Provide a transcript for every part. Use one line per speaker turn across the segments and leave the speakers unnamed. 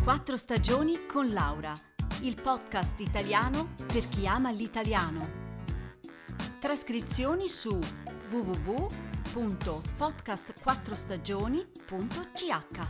Quattro stagioni con Laura, il podcast italiano per chi ama l'italiano. Trascrizioni su www.podcastquattrostagioni.ch.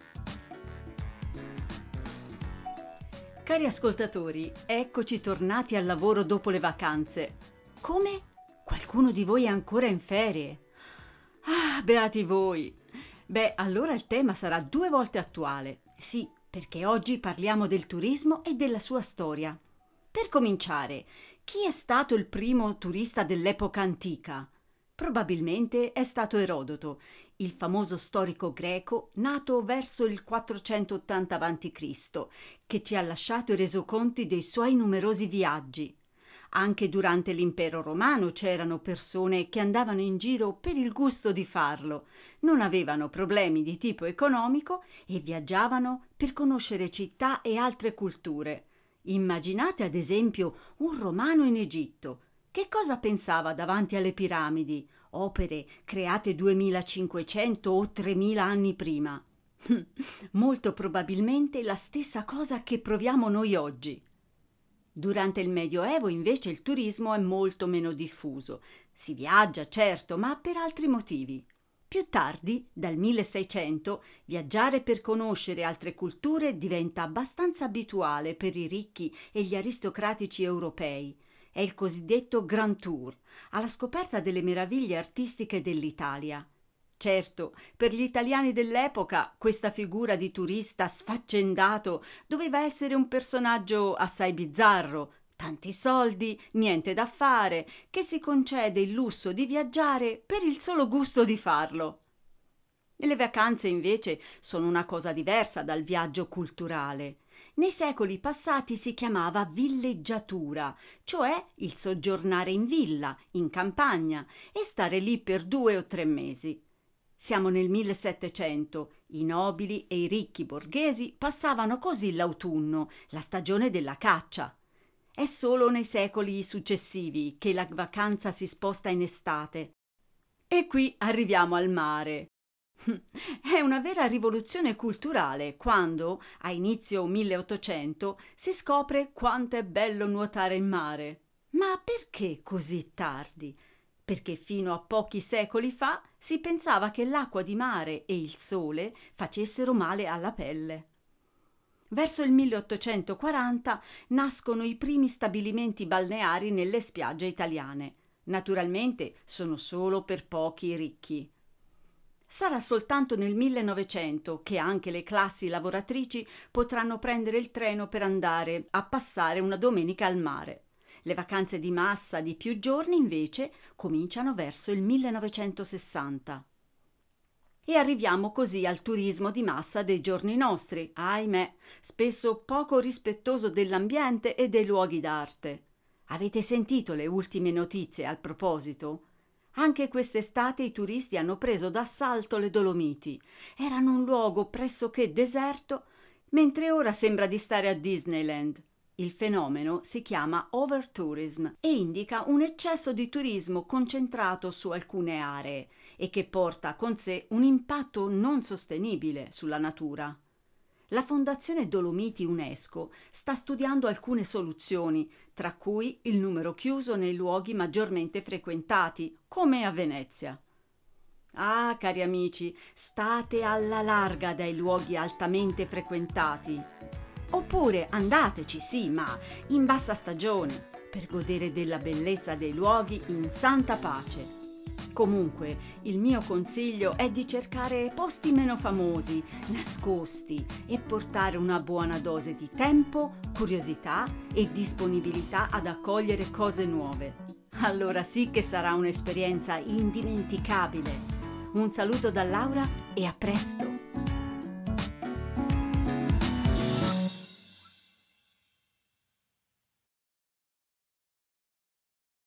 Cari ascoltatori, eccoci tornati al lavoro dopo le vacanze. Come? Qualcuno di voi è ancora in ferie? Ah, beati voi! Beh, allora il tema sarà 2 volte attuale. Sì, perché oggi parliamo del turismo e della sua storia. Per cominciare, chi è stato il primo turista dell'epoca antica? Probabilmente è stato Erodoto, il famoso storico greco nato verso il 480 a.C., che ci ha lasciato i resoconti dei suoi numerosi viaggi. Anche durante l'impero romano c'erano persone che andavano in giro per il gusto di farlo, non avevano problemi di tipo economico e viaggiavano per conoscere città e altre culture. Immaginate ad esempio un romano in Egitto. Che cosa pensava davanti alle piramidi, opere create 2500 o 3000 anni prima? Molto probabilmente la stessa cosa che proviamo noi oggi. Durante il Medioevo invece il turismo è molto meno diffuso. Si viaggia, certo, ma per altri motivi. Più tardi, dal 1600, viaggiare per conoscere altre culture diventa abbastanza abituale per i ricchi e gli aristocratici europei. È il cosiddetto Grand Tour, alla scoperta delle meraviglie artistiche dell'Italia. Certo, per gli italiani dell'epoca questa figura di turista sfaccendato doveva essere un personaggio assai bizzarro, tanti soldi, niente da fare, che si concede il lusso di viaggiare per il solo gusto di farlo. Le vacanze invece sono una cosa diversa dal viaggio culturale. Nei secoli passati si chiamava villeggiatura, cioè il soggiornare in villa, in campagna, e stare lì per 2 o 3 mesi. Siamo nel 1700, i nobili e i ricchi borghesi passavano così l'autunno, la stagione della caccia. È solo nei secoli successivi che la vacanza si sposta in estate. E qui arriviamo al mare. È una vera rivoluzione culturale quando, a inizio 1800, si scopre quanto è bello nuotare in mare. Ma perché così tardi? Perché fino a pochi secoli fa si pensava che l'acqua di mare e il sole facessero male alla pelle. Verso il 1840 nascono i primi stabilimenti balneari nelle spiagge italiane. Naturalmente sono solo per pochi ricchi. Sarà soltanto nel 1900 che anche le classi lavoratrici potranno prendere il treno per andare a passare una domenica al mare. Le vacanze di massa di più giorni invece cominciano verso il 1960. E arriviamo così al turismo di massa dei giorni nostri, ahimè, spesso poco rispettoso dell'ambiente e dei luoghi d'arte. Avete sentito le ultime notizie al proposito? Anche quest'estate i turisti hanno preso d'assalto le Dolomiti. Erano un luogo pressoché deserto, mentre ora sembra di stare a Disneyland. Il fenomeno si chiama overtourism e indica un eccesso di turismo concentrato su alcune aree e che porta con sé un impatto non sostenibile sulla natura. La Fondazione Dolomiti UNESCO sta studiando alcune soluzioni, tra cui il numero chiuso nei luoghi maggiormente frequentati, come a Venezia. Ah, cari amici, state alla larga dai luoghi altamente frequentati. Oppure andateci, sì, ma in bassa stagione, per godere della bellezza dei luoghi in santa pace. Comunque, il mio consiglio è di cercare posti meno famosi, nascosti e portare una buona dose di tempo, curiosità e disponibilità ad accogliere cose nuove. Allora sì che sarà un'esperienza indimenticabile. Un saluto da Laura e a presto!